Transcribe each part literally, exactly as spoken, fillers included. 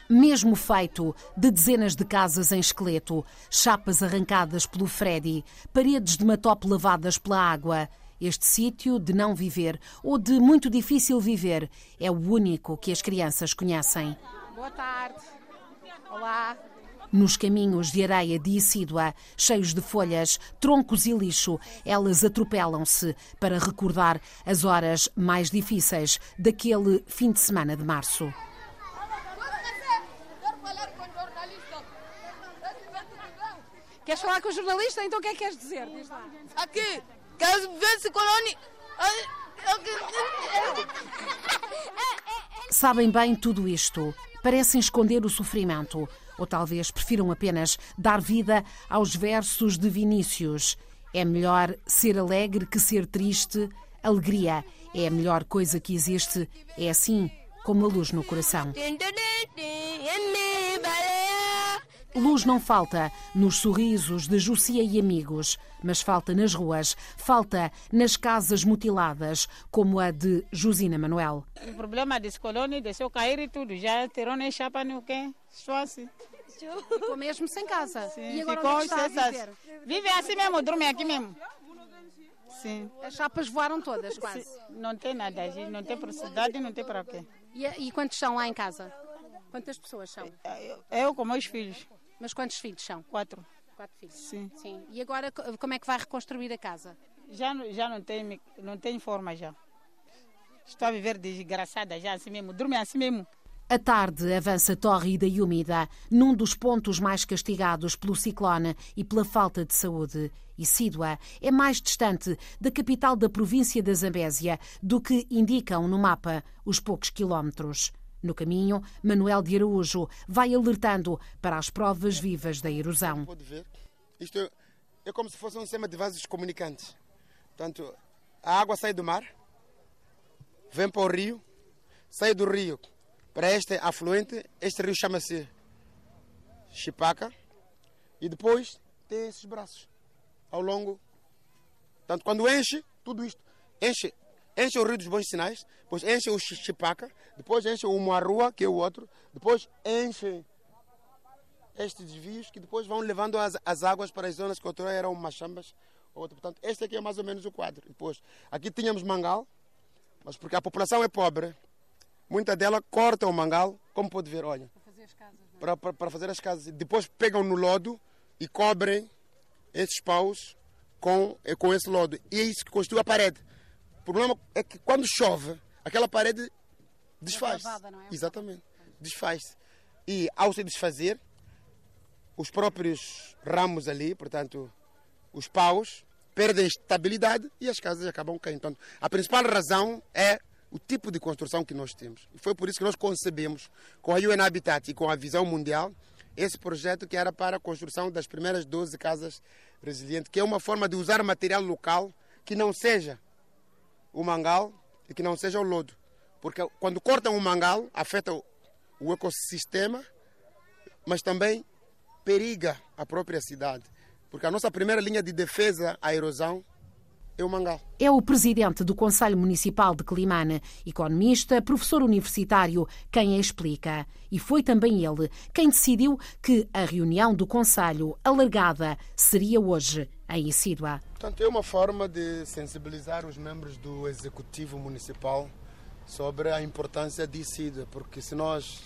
mesmo feito de dezenas de casas em esqueleto, chapas arrancadas pelo Freddy, paredes de matope lavadas pela água. Este sítio de não viver ou de muito difícil viver é o único que as crianças conhecem. Boa tarde. Olá. Nos caminhos de areia de Icídoa, cheios de folhas, troncos e lixo, elas atropelam-se para recordar as horas mais difíceis daquele fim de semana de março. Queres falar com o jornalista? Então o que é que queres dizer? Diz lá. Aqui, queres ver se colônia... Sabem bem tudo isto. Parecem esconder o sofrimento. Ou talvez prefiram apenas dar vida aos versos de Vinícius. É melhor ser alegre que ser triste. Alegria é a melhor coisa que existe. É assim como a luz no coração. Luz não falta nos sorrisos de Jucia e amigos, mas falta nas ruas, falta nas casas mutiladas, como a de Josina Manuel. O problema desse colônia deixou cair e tudo, já tirou nem chapa nem o quê, só assim. Ficou mesmo sem casa. Sim, e agora ficou onde está a viver? Vive assim mesmo, dorme aqui mesmo. Sim. As chapas voaram todas, quase. Sim. Não tem nada, não tem para cidade, não tem para o quê. E, e quantos são lá em casa? Quantas pessoas são? Eu, eu com meus filhos. Mas quantos filhos são? Quatro. Quatro filhos? Sim. Sim. E agora como é que vai reconstruir a casa? Já, já não, tem, não tem forma já. Estou a viver desgraçada já assim mesmo, dorme assim mesmo. A tarde avança tórrida e úmida, num dos pontos mais castigados pelo ciclone e pela falta de saúde. Icídoa é mais distante da capital da província da Zambésia do que indicam no mapa os poucos quilómetros. No caminho, Manuel de Araújo vai alertando para as provas vivas da erosão. Pode ver, isto é, é como se fosse um sistema de vasos comunicantes. Portanto, a água sai do mar, vem para o rio, sai do rio para este afluente. Este rio chama-se Chipaca e depois tem esses braços ao longo. Portanto, quando enche, tudo isto enche. Enche o Rio dos Bons Sinais, depois enche o Chipaca, depois enche o Moarua, que é o outro, depois enche estes desvios que depois vão levando as, as águas para as zonas que outrora eram machambas. Outro. Portanto, este aqui é mais ou menos o quadro. Depois, aqui tínhamos mangal, mas porque a população é pobre, muita dela corta o mangal, como pode ver, olha, para fazer as casas, não é? para, para, para fazer as casas. Depois pegam no lodo e cobrem esses paus com, com esse lodo. E é isso que constitui a parede. O problema é que quando chove, aquela parede desfaz. É lavada, não é? Exatamente, desfaz. E ao se desfazer, os próprios ramos ali, portanto, os paus, perdem estabilidade e as casas acabam caindo. Então, a principal razão é o tipo de construção que nós temos. E foi por isso que nós concebemos, com a U N Habitat e com a Visão Mundial, esse projeto que era para a construção das primeiras doze casas resilientes, que é uma forma de usar material local que não seja o mangal e que não seja o lodo. Porque quando cortam o mangal, afeta o ecossistema, mas também periga a própria cidade. Porque a nossa primeira linha de defesa à erosão é o mangal. É o presidente do Conselho Municipal de Climane, economista, professor universitário, quem a explica. E foi também ele quem decidiu que a reunião do Conselho alargada seria hoje em Icídoa. Portanto, é uma forma de sensibilizar os membros do Executivo Municipal sobre a importância de Icídoa, porque se nós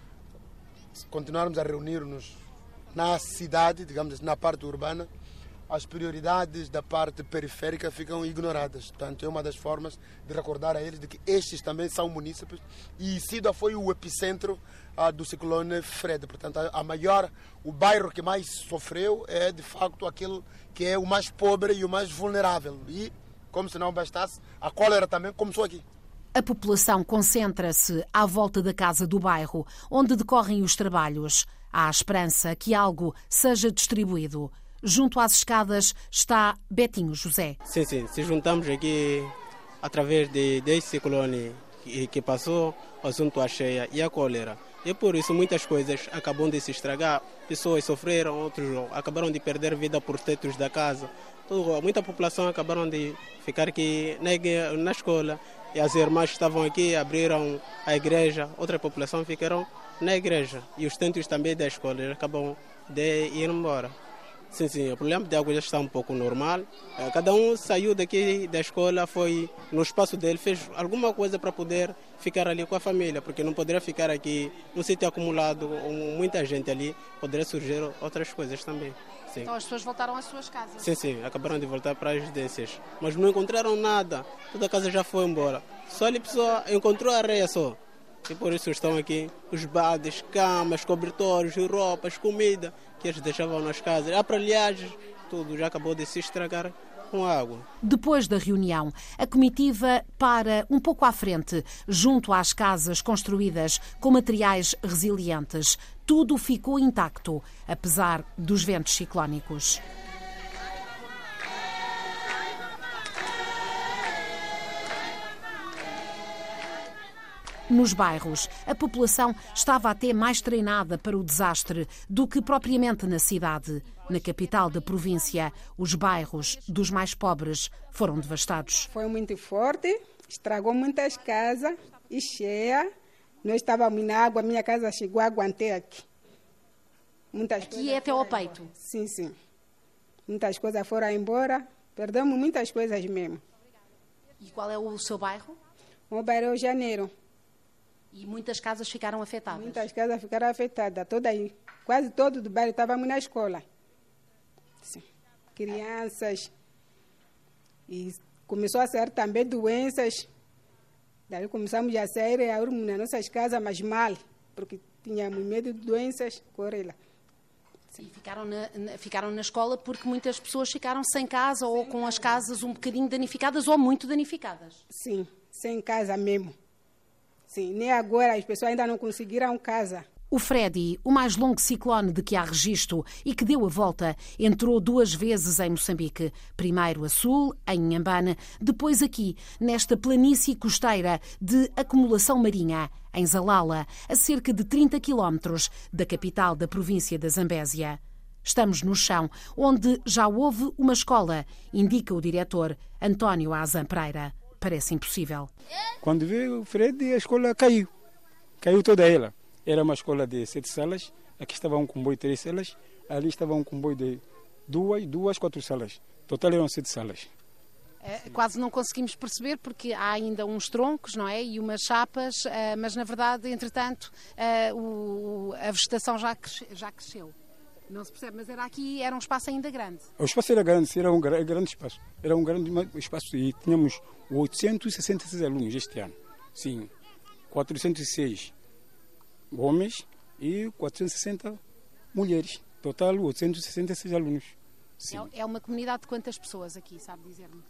continuarmos a reunir-nos na cidade, digamos na parte urbana, as prioridades da parte periférica ficam ignoradas. Portanto, é uma das formas de recordar a eles de que estes também são munícipes e Icídoa foi o epicentro ah, do ciclone Fred. Portanto, a, a maior, o bairro que mais sofreu é, de facto, aquele que é o mais pobre e o mais vulnerável. E, como se não bastasse, a cólera também começou aqui. A população concentra-se à volta da casa do bairro, onde decorrem os trabalhos. Há a esperança que algo seja distribuído. Junto às escadas está Betinho José. Sim, sim. Se juntamos aqui através de, desse ciclone que, que passou, o assunto a cheia e a cólera. E por isso muitas coisas acabam de se estragar. Pessoas sofreram, outros acabaram de perder vida por tetos da casa. Então, muita população acabaram de ficar aqui na, igreja, na escola. E as irmãs estavam aqui, abriram a igreja. Outra população ficaram na igreja. E os tentos também da escola acabam de ir embora. Sim, sim, o problema de água já está um pouco normal. Cada um saiu daqui da escola, foi no espaço dele, fez alguma coisa para poder ficar ali com a família, porque não poderia ficar aqui num sítio acumulado, muita gente ali, poderia surgir outras coisas também. Sim. Então as pessoas voltaram às suas casas? Sim, sim, acabaram de voltar para as residências, mas não encontraram nada, toda a casa já foi embora. Só ali a pessoa encontrou a areia só. E por isso estão aqui os baldes, camas, cobertores, roupas, comida que eles deixavam nas casas, aparelhagens, tudo já acabou de se estragar com a água. Depois da reunião, a comitiva para um pouco à frente, junto às casas construídas com materiais resilientes. Tudo ficou intacto, apesar dos ventos ciclónicos. Nos bairros, a população estava até mais treinada para o desastre do que propriamente na cidade. Na capital da província, os bairros dos mais pobres foram devastados. Foi muito forte, estragou muitas casas e cheia. Nós estávamos na água, minha casa chegou a aguentar aqui. Muitas aqui é até ao peito? Sim, sim. Muitas coisas foram embora, perdemos muitas coisas mesmo. E qual é o seu bairro? O meu bairro é o Janeiro. E muitas casas ficaram afetadas? Muitas casas ficaram afetadas, toda aí. Quase todo do bairro estávamos na escola. Sim. Crianças. E começou a sair também doenças. Daí começamos a sair nas nossas casas, mas mal, porque tínhamos medo de doenças, corre lá. Sim. E ficaram na, na, ficaram na escola porque muitas pessoas ficaram sem casa ou com as casas um bocadinho danificadas ou muito danificadas? Sim, sem casa mesmo. Sim, nem agora as pessoas ainda não conseguiram casa. O Freddy, o mais longo ciclone de que há registro e que deu a volta, entrou duas vezes em Moçambique. Primeiro a sul, em Inhambane, depois aqui, nesta planície costeira de acumulação marinha, em Zalala, a cerca de trinta quilómetros da capital da província da Zambésia. Estamos no chão, onde já houve uma escola, indica o diretor António Azam Pereira. Parece impossível. Quando veio o Fred, a escola caiu. Caiu toda ela. Era uma escola de sete salas. Aqui estava um comboio de três salas. Ali estava um comboio de duas, duas, quatro salas. Total eram sete salas. É, quase não conseguimos perceber porque há ainda uns troncos, não é? E umas chapas, uh, mas na verdade, entretanto, uh, o, a vegetação já, cresce, já cresceu. Não se percebe, mas era aqui, era um espaço ainda grande. O espaço era grande, era um grande espaço. Era um grande espaço e tínhamos oitocentos e sessenta e seis alunos este ano. Sim, quatrocentos e seis homens e quatrocentos e sessenta mulheres. Total, oitocentos e sessenta e seis alunos. Sim. É uma comunidade de quantas pessoas aqui, sabe dizer-me?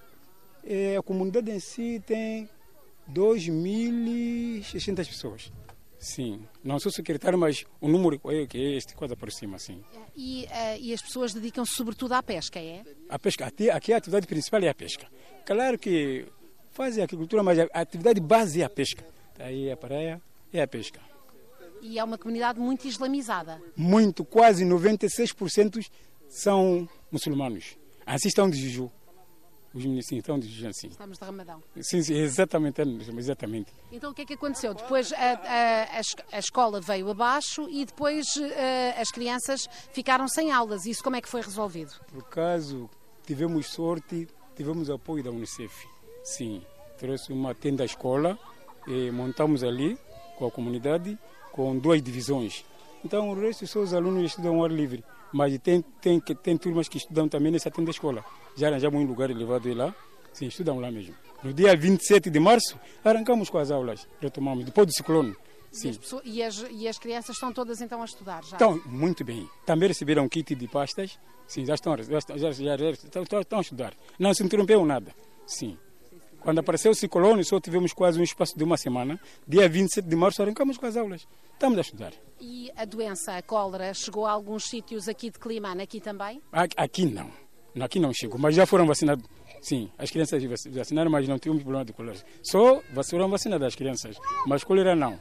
É, a comunidade em si tem dois mil e seiscentas pessoas. Sim, não sou secretário, mas o número que é este, quase aproxima, sim. E, uh, e as pessoas dedicam-se sobretudo à pesca, é? A pesca, aqui, aqui a atividade principal é a pesca. Claro que fazem a agricultura, mas a atividade base é a pesca. Aí a praia é a pesca. E é uma comunidade muito islamizada? Muito, quase noventa e seis por cento são muçulmanos. Assim estão de jejum. Os meninos estão de jejum, sim. Estamos de Ramadão. Sim, sim, exatamente, exatamente. Então o que é que aconteceu? Depois a, a, a escola veio abaixo e depois a, as crianças ficaram sem aulas. Isso como é que foi resolvido? Por acaso tivemos sorte, tivemos apoio da Unicef. Sim, trouxe uma tenda à escola, e montamos ali com a comunidade, com duas divisões. Então o resto são os alunos que estudam ao ar livre. Mas tem, tem, tem turmas que estudam também nessa tenda escola. Já arranjamos um lugar elevado lá, sim, estudam lá mesmo. No dia vinte e sete de março, arrancamos com as aulas, retomamos, depois do ciclone. Sim. E, as pessoas, e, as, e as crianças estão todas então a estudar já? Estão, muito bem. Também receberam kit de pastas, sim, já estão, já, já, já, já estão, estão a estudar. Não se interrompeu nada, sim. Quando apareceu o ciclone, só tivemos quase um espaço de uma semana. Dia vinte e sete de março, arrancamos com as aulas. Estamos a estudar. E a doença, a cólera, chegou a alguns sítios aqui de Climane, aqui também? Aqui não. Aqui não chegou, mas já foram vacinados. Sim, as crianças vacinaram, mas não tivemos problema de cólera. Só foram vacinadas as crianças, mas cólera não.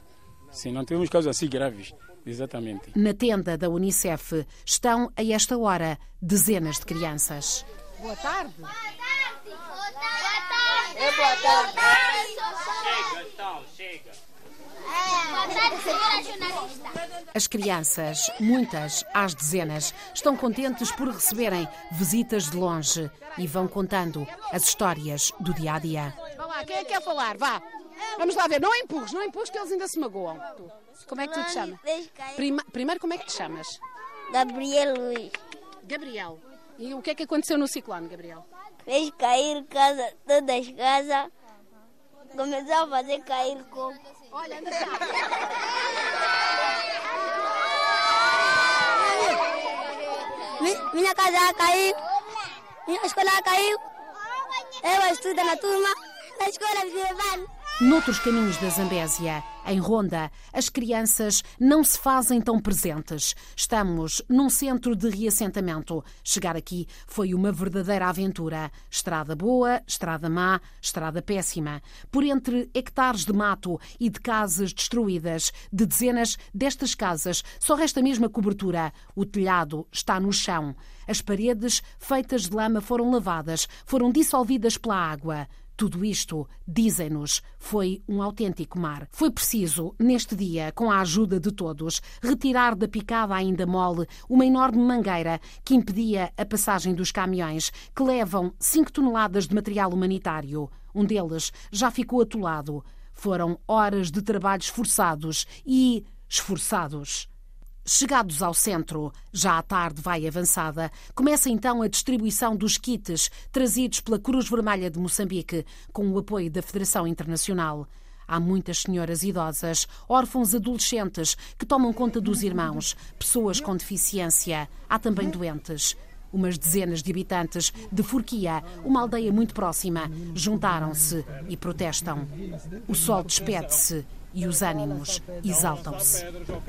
Sim, não tivemos casos assim graves. Exatamente. Na tenda da Unicef estão, a esta hora, dezenas de crianças. Boa tarde. Boa tarde. Boa tarde. É boa tarde. Chega, então, chega. Boa tarde, senhora jornalista. As crianças, muitas, às dezenas, estão contentes por receberem visitas de longe e vão contando as histórias do dia-a-dia. Vá lá, quem é que quer falar? Vá. Vamos lá ver. Não empurres, não empurres que eles ainda se magoam. Como é que tu te chamas? Prima, primeiro, como é que te chamas? Gabriel Luiz. Gabriel. E o que é que aconteceu no ciclone, Gabriel? Fez cair casa, todas as casas. Começou a fazer cair coco. Olha, anda cá. Minha casa caiu. Minha escola caiu. Eu estudo na turma. Na escola me levaram. Noutros caminhos da Zambésia, em Ronda, as crianças não se fazem tão presentes. Estamos num centro de reassentamento. Chegar aqui foi uma verdadeira aventura. Estrada boa, estrada má, estrada péssima. Por entre hectares de mato e de casas destruídas, de dezenas destas casas, só resta mesmo a cobertura. O telhado está no chão. As paredes, feitas de lama, foram lavadas, foram dissolvidas pela água. Tudo isto, dizem-nos, foi um autêntico mar. Foi preciso, neste dia, com a ajuda de todos, retirar da picada ainda mole uma enorme mangueira que impedia a passagem dos caminhões, que levam cinco toneladas de material humanitário. Um deles já ficou atolado. Foram horas de trabalhos forçados e esforçados. Chegados ao centro, já a tarde vai avançada, começa então a distribuição dos kits trazidos pela Cruz Vermelha de Moçambique, com o apoio da Federação Internacional. Há muitas senhoras idosas, órfãos adolescentes que tomam conta dos irmãos, pessoas com deficiência. Há também doentes. Umas dezenas de habitantes de Forquia, uma aldeia muito próxima, juntaram-se e protestam. O sol despede-se e os ânimos exaltam-se.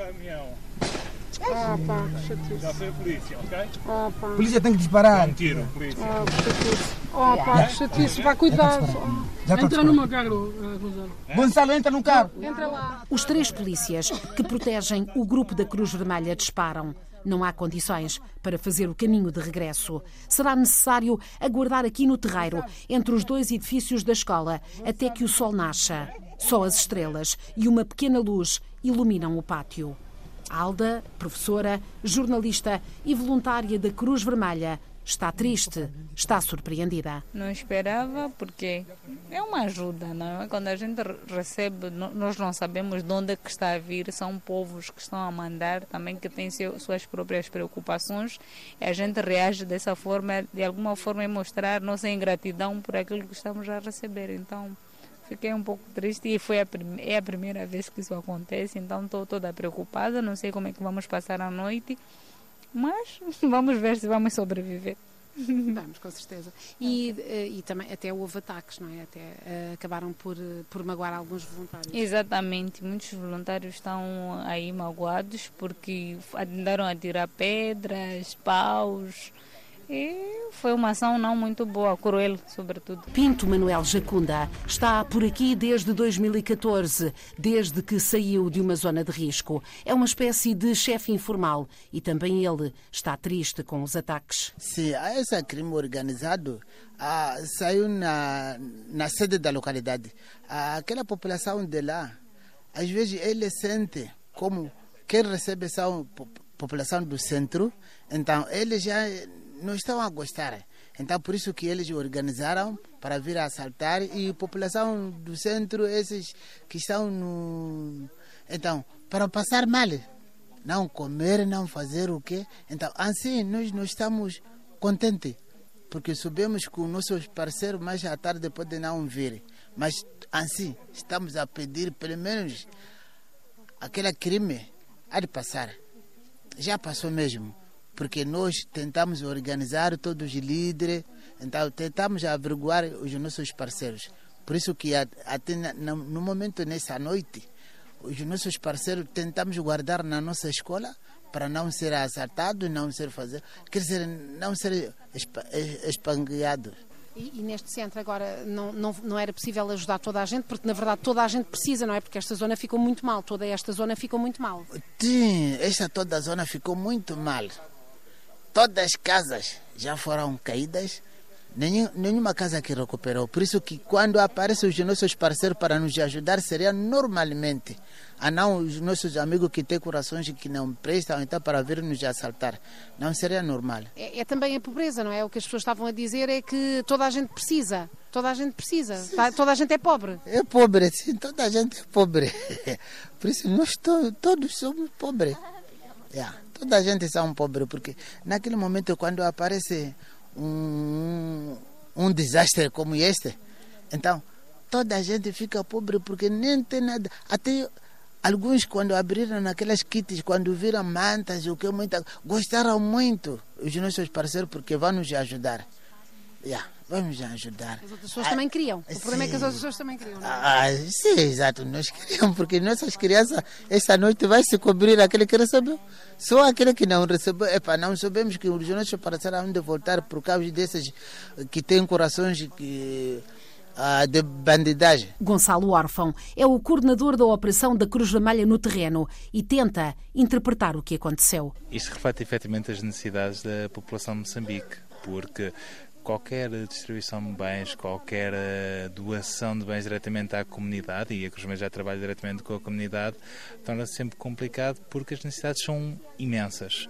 Ah, pá, que chatice. Já sei a polícia, ok? Ah, pá. A polícia tem que disparar. Um tiro, polícia. Ah, que chatice. Ah, pá, que chatice. Vá, cuidado. Entra no meu carro, Gonçalo. Gonçalo, entra no carro. Entra lá. Os três polícias que protegem o grupo da Cruz Vermelha disparam. Não há condições para fazer o caminho de regresso. Será necessário aguardar aqui no terreiro, entre os dois edifícios da escola, até que o sol nasça. Só as estrelas e uma pequena luz iluminam o pátio. Alda, professora, jornalista e voluntária da Cruz Vermelha, está triste, está surpreendida. Não esperava, porque é uma ajuda, não é? Quando a gente recebe, nós não sabemos de onde é que está a vir, são povos que estão a mandar, também que têm suas próprias preocupações, e a gente reage dessa forma, de alguma forma é mostrar nossa ingratidão por aquilo que estamos a receber. Então, fiquei um pouco triste e foi a prim- é a primeira vez que isso acontece, então estou toda preocupada, não sei como é que vamos passar a noite, mas vamos ver se vamos sobreviver. Vamos, com certeza. E, e também até houve ataques, não é? Até uh, acabaram por, por magoar alguns voluntários. Exatamente, muitos voluntários estão aí magoados porque andaram a tirar pedras, paus. E foi uma ação não muito boa, cruel, sobretudo. Pinto Manuel Jacunda está por aqui desde dois mil e catorze, desde que saiu de uma zona de risco. É uma espécie de chefe informal e também ele está triste com os ataques. Sim, esse crime organizado ah, saiu na, na sede da localidade. Ah, aquela população de lá, às vezes ele sente como quem recebe essa população do centro, então ele já não estão a gostar. Então, por isso que eles organizaram para vir assaltar e a população do centro, esses que estão no... Então, para passar mal, não comer, não fazer o quê. Então, assim, nós não estamos contentes, porque sabemos que os nossos parceiros mais à tarde podem não vir. Mas, assim, estamos a pedir, pelo menos, aquele crime há de passar. Já passou mesmo. Porque nós tentamos organizar todos os líderes, então tentamos averiguar os nossos parceiros. Por isso que até no momento, nessa noite, os nossos parceiros tentamos guardar na nossa escola para não ser assaltados, não ser fazer, quer dizer, não ser espangueados. E, e neste centro agora não, não, não era possível ajudar toda a gente, porque na verdade toda a gente precisa, não é? Porque esta zona ficou muito mal, toda esta zona ficou muito mal. Sim, esta toda a zona ficou muito mal. Todas as casas já foram caídas, nenhum, nenhuma casa que recuperou. Por isso que quando aparecem os nossos parceiros para nos ajudar, seria normalmente, a não os nossos amigos que têm corações que não prestam, então para vir nos assaltar. Não seria normal. É, é também a pobreza, não é? O que as pessoas estavam a dizer é que toda a gente precisa. Toda a gente precisa. Sim, sim. Toda a gente é pobre. É pobre, sim. Toda a gente é pobre. Por isso nós to, todos somos pobres. Yeah. Toda a gente é um pobre, porque naquele momento quando aparece um, um desastre como este, então toda a gente fica pobre porque nem tem nada. Até alguns quando abriram naquelas kits, quando viram mantas, o que muita, gostaram muito os nossos parceiros porque vão nos ajudar. Yeah, vamos ajudar. As outras pessoas ah, também queriam. O sim. problema é que as outras pessoas também queriam. Não é? Ah, sim, exato. Nós queríamos, porque nossas crianças, esta noite vai se cobrir aquele que recebeu. Só aquele que não recebeu. Epa, não sabemos que os nossos parceiros vão de voltar por causa desses que têm corações que, ah, de bandidagem. Gonçalo Órfão é o coordenador da operação da Cruz Vermelha no terreno e tenta interpretar o que aconteceu. Isto reflete efetivamente as necessidades da população de Moçambique, porque qualquer distribuição de bens, qualquer doação de bens diretamente à comunidade, e a Cruz Vermelha já trabalha diretamente com a comunidade, torna-se sempre complicado porque as necessidades são imensas.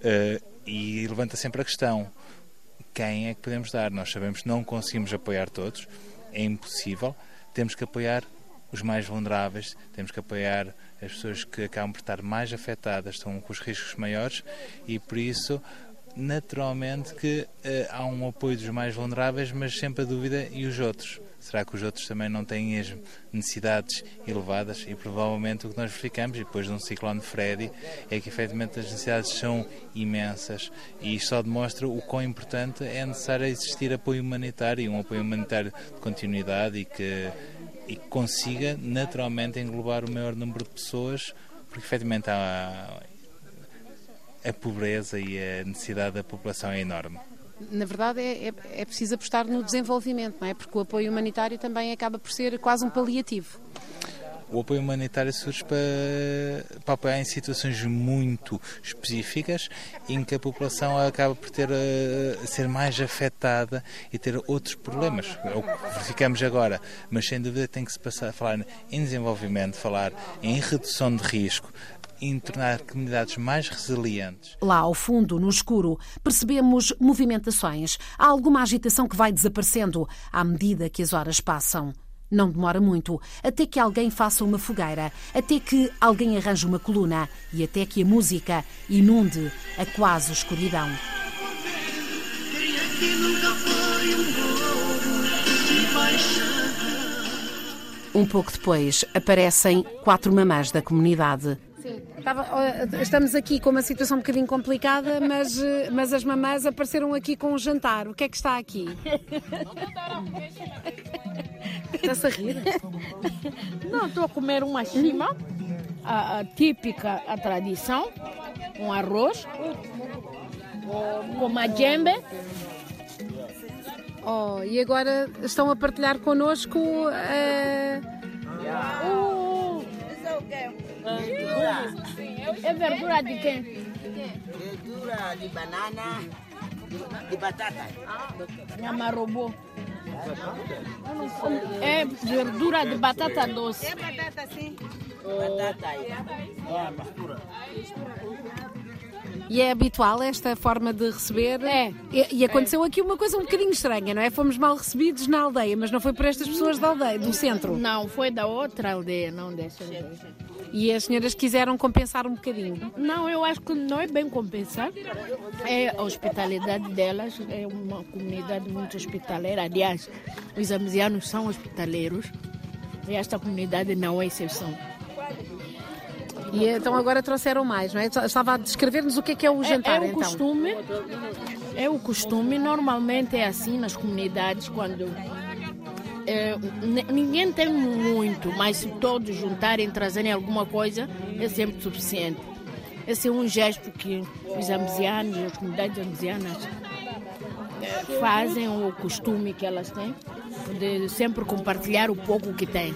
E levanta sempre a questão, quem é que podemos dar? Nós sabemos que não conseguimos apoiar todos, é impossível, temos que apoiar os mais vulneráveis, temos que apoiar as pessoas que acabam por estar mais afetadas, estão com os riscos maiores, e por isso naturalmente que uh, há um apoio dos mais vulneráveis, mas sempre a dúvida, e os outros? Será que os outros também não têm as necessidades elevadas? E provavelmente o que nós verificamos, e depois de um ciclone Freddy, é que efetivamente as necessidades são imensas, e isto só demonstra o quão importante é necessário existir apoio humanitário, um apoio humanitário de continuidade e que, e que consiga naturalmente englobar o maior número de pessoas, porque efetivamente há a pobreza e a necessidade da população é enorme. Na verdade é, é, é preciso apostar no desenvolvimento, não é? Porque o apoio humanitário também acaba por ser quase um paliativo. O apoio humanitário surge para, para apoiar em situações muito específicas em que a população acaba por ter a ser mais afetada e ter outros problemas. É o que verificamos agora, mas sem dúvida tem que se passar a falar em desenvolvimento, falar em redução de risco, em tornar comunidades mais resilientes. Lá ao fundo, no escuro, percebemos movimentações. Há alguma agitação que vai desaparecendo à medida que as horas passam. Não demora muito, até que alguém faça uma fogueira, até que alguém arranje uma coluna e até que a música inunde a quase escuridão. Um pouco depois, aparecem quatro mamãs da comunidade. Sim, estava, estamos aqui com uma situação um bocadinho complicada, mas, mas as mamãs apareceram aqui com um jantar. O que é que está aqui? Está-se a rir? Não, estou a comer uma chima, a, a típica, a tradição, um arroz, com uma djembe. Oh, e agora estão a partilhar connosco uh... uh, é verdura de quem? Verdura de banana, de, de batata. Nhamarobô. É verdura de batata doce. É batata sim. Batata aí. É, mistura. E é habitual esta forma de receber? É. E, e aconteceu aqui uma coisa um bocadinho estranha, não é? Fomos mal recebidos na aldeia, mas não foi por estas pessoas da aldeia, do centro. Não, foi da outra aldeia, não dessa aldeia. E as senhoras quiseram compensar um bocadinho? Não, eu acho que não é bem compensar. É a hospitalidade delas, é uma comunidade muito hospitaleira. Aliás, os zambianos são hospitaleiros e esta comunidade não é exceção. E então agora trouxeram mais, não é? Estava a descrever-nos o que é que é o jantar, é, é o então. Costume, é o costume, normalmente é assim nas comunidades, quando é, ninguém tem muito, mas se todos juntarem, trazerem alguma coisa, é sempre suficiente. Esse é um gesto que os zambianos, as comunidades zambianas fazem o costume que elas têm de sempre compartilhar o pouco que têm.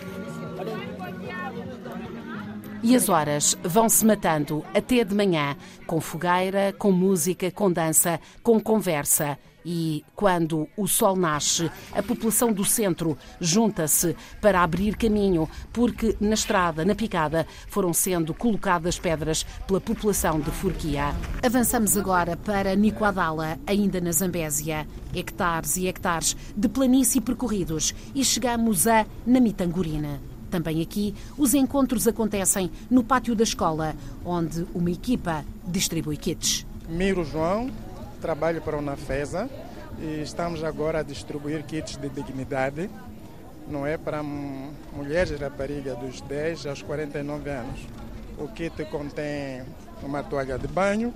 E as horas vão-se matando até de manhã, com fogueira, com música, com dança, com conversa. E, quando o sol nasce, a população do centro junta-se para abrir caminho, porque na estrada, na picada, foram sendo colocadas pedras pela população de Forquia. Avançamos agora para Nicoadala, ainda na Zambésia. Hectares e hectares de planície percorridos e chegamos a Namitangorina. Também aqui, os encontros acontecem no pátio da escola, onde uma equipa distribui kits. Miro João, trabalho para a Unafesa e estamos agora a distribuir kits de dignidade, não é, para mulheres e raparigas dos dez aos quarenta e nove anos. O kit contém uma toalha de banho,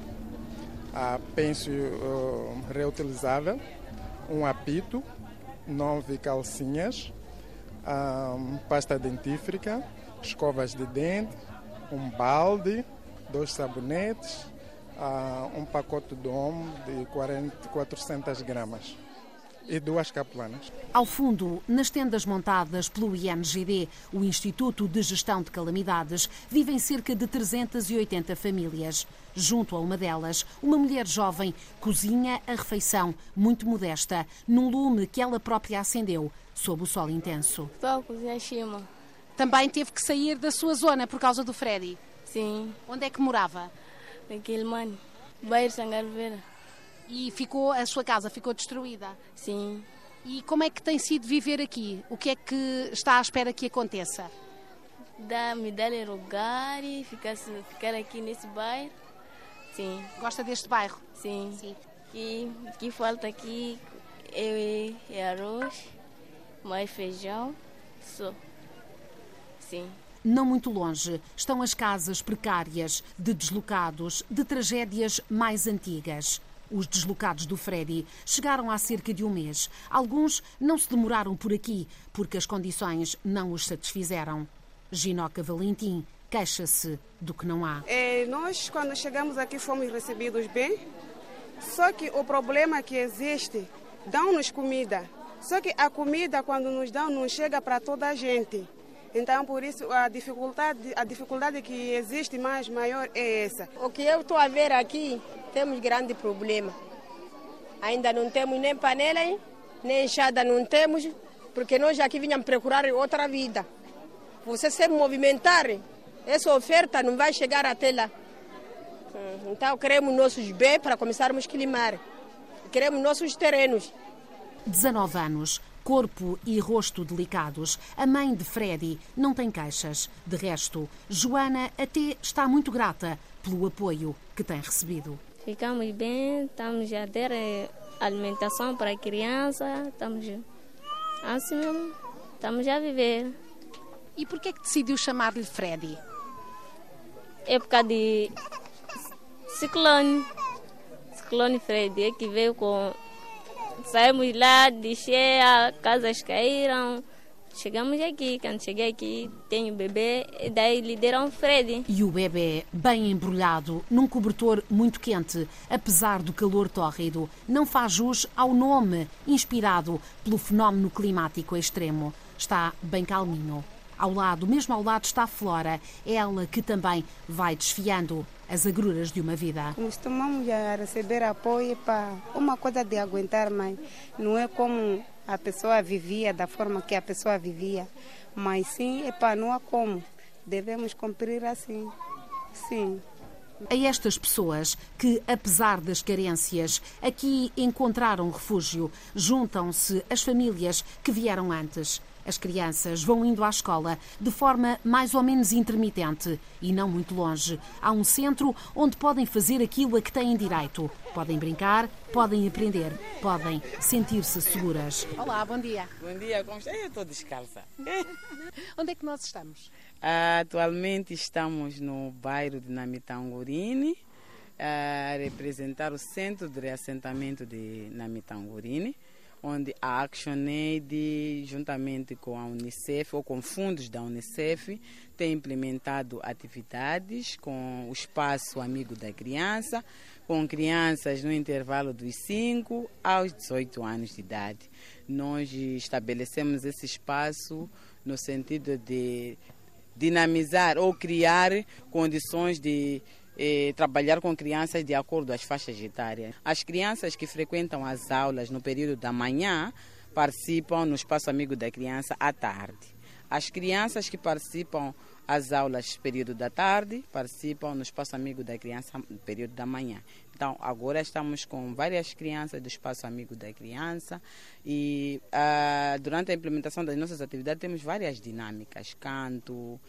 a pence uh, reutilizável, um apito, nove calcinhas, Um, pasta dentífrica, escovas de dente, um balde, dois sabonetes, uh, um pacote de omo de quarenta, quatrocentas gramas e duas capulanas. Ao fundo, nas tendas montadas pelo I N G D, o Instituto de Gestão de Calamidades, vivem cerca de trezentas e oitenta famílias. Junto a uma delas, uma mulher jovem cozinha a refeição, muito modesta, num lume que ela própria acendeu, sob o sol intenso. Estou a cozinhar em cima. Também teve que sair da sua zona por causa do Freddy? Sim. Onde é que morava? Em Quilmane, bairro Sangarveira. E ficou, a sua casa ficou destruída? Sim. E como é que tem sido viver aqui? O que é que está à espera que aconteça? Dá, me dar lugar e ficar, ficar aqui nesse bairro. Sim. Gosta deste bairro? Sim. Sim. E o que falta aqui é, é arroz, mais feijão, só. Sim. Não muito longe estão as casas precárias de deslocados de tragédias mais antigas. Os deslocados do Freddy chegaram há cerca de um mês. Alguns não se demoraram por aqui porque as condições não os satisfizeram. Ginoca Valentim queixa-se do que não há. É, nós, quando chegamos aqui, fomos recebidos bem, só que o problema que existe, dão-nos comida. Só que a comida, quando nos dão, não chega para toda a gente. Então, por isso, a dificuldade, a dificuldade que existe mais maior é essa. O que eu estou a ver aqui, temos grande problema. Ainda não temos nem panela, hein? Nem enxada não temos, porque nós aqui vinhamos procurar outra vida. Você se movimentar, essa oferta não vai chegar até lá. Então, queremos nossos bens para começarmos a climar. Queremos nossos terrenos. dezanove anos, corpo e rosto delicados. A mãe de Freddy não tem queixas. De resto, Joana até está muito grata pelo apoio que tem recebido. Ficamos bem, estamos a ter alimentação para a criança, estamos assim mesmo, estamos a viver. E por que é que decidiu chamar-lhe Freddy? Época de ciclone, ciclone Freddy, é que veio com... Saímos lá, descer, casas caíram, chegamos aqui. Quando cheguei aqui, tenho bebê, e daí lhe deram Freddy. E o bebê, bem embrulhado, num cobertor muito quente, apesar do calor tórrido, não faz jus ao nome, inspirado pelo fenómeno climático extremo. Está bem calminho. Ao lado, mesmo ao lado, está a Flora, ela que também vai desfiando as agruras de uma vida. Costumamos a receber apoio para uma coisa de aguentar, mas não é como a pessoa vivia, da forma que a pessoa vivia, mas sim, é para não há como. Devemos cumprir assim, sim. A estas pessoas que, apesar das carências, aqui encontraram refúgio, juntam-se as famílias que vieram antes. As crianças vão indo à escola de forma mais ou menos intermitente e não muito longe. Há um centro onde podem fazer aquilo a que têm direito. Podem brincar, podem aprender, podem sentir-se seguras. Olá, bom dia. Bom dia, como está? Eu estou descalça. Onde é que nós estamos? Atualmente estamos no bairro de Namitangorine, a representar o centro de reassentamento de Namitangorine, onde a ActionAid, juntamente com a Unicef, ou com fundos da Unicef, tem implementado atividades com o Espaço Amigo da Criança, com crianças no intervalo dos cinco aos dezoito anos de idade. Nós estabelecemos esse espaço no sentido de dinamizar ou criar condições de eh, trabalhar com crianças de acordo às faixas etárias. As crianças que frequentam as aulas no período da manhã participam no Espaço Amigo da Criança à tarde. As crianças que participam as aulas no período da tarde participam no Espaço Amigo da Criança no período da manhã. Então, agora estamos com várias crianças do Espaço Amigo da Criança e uh, durante a implementação das nossas atividades temos várias dinâmicas, canto,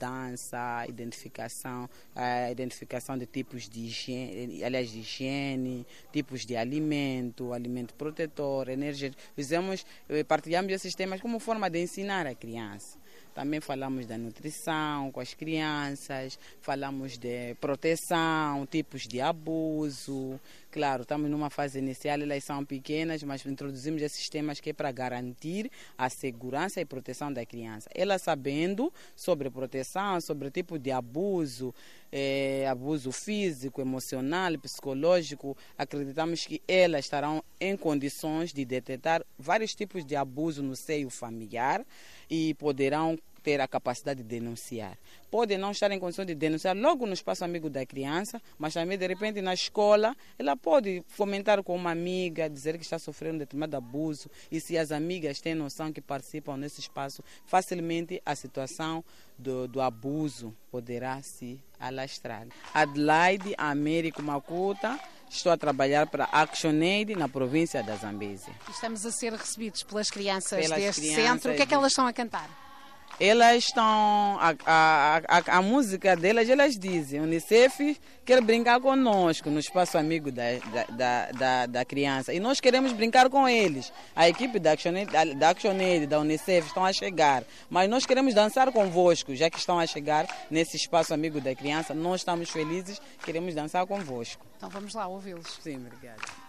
dança, identificação, uh, identificação de tipos de higiene, aliás, de higiene, tipos de alimento, alimento protetor, energia. Fizemos, partilhamos esses temas como forma de ensinar a criança. Também falamos da nutrição com as crianças, falamos de proteção, tipos de abuso. Claro, estamos numa fase inicial, elas são pequenas, mas introduzimos esses temas que é para garantir a segurança e proteção da criança. Ela sabendo sobre proteção, sobre o tipo de abuso, eh, abuso físico, emocional, psicológico, acreditamos que elas estarão em condições de detectar vários tipos de abuso no seio familiar e poderão ter a capacidade de denunciar. Podem não estar em condição de denunciar logo no Espaço Amigo da Criança, mas também de repente na escola ela pode comentar com uma amiga, dizer que está sofrendo um determinado abuso, e se as amigas têm noção que participam nesse espaço, facilmente a situação do, do abuso poderá se alastrar. Adelaide Américo Makuta. Estou a trabalhar para a ActionAid na província da Zambésia. Estamos a ser recebidos pelas crianças pelas deste crianças centro. O que é que elas estão a cantar? Elas estão, a, a, a, a música delas, elas dizem, Unicef quer brincar conosco no Espaço Amigo da, da, da, da Criança. E nós queremos brincar com eles. A equipe da ActionAid, da, ActionAid, da Unicef estão a chegar. Mas nós queremos dançar convosco, já que estão a chegar nesse Espaço Amigo da Criança. Nós estamos felizes, queremos dançar convosco. Então vamos lá ouvi-los. Sim, obrigada.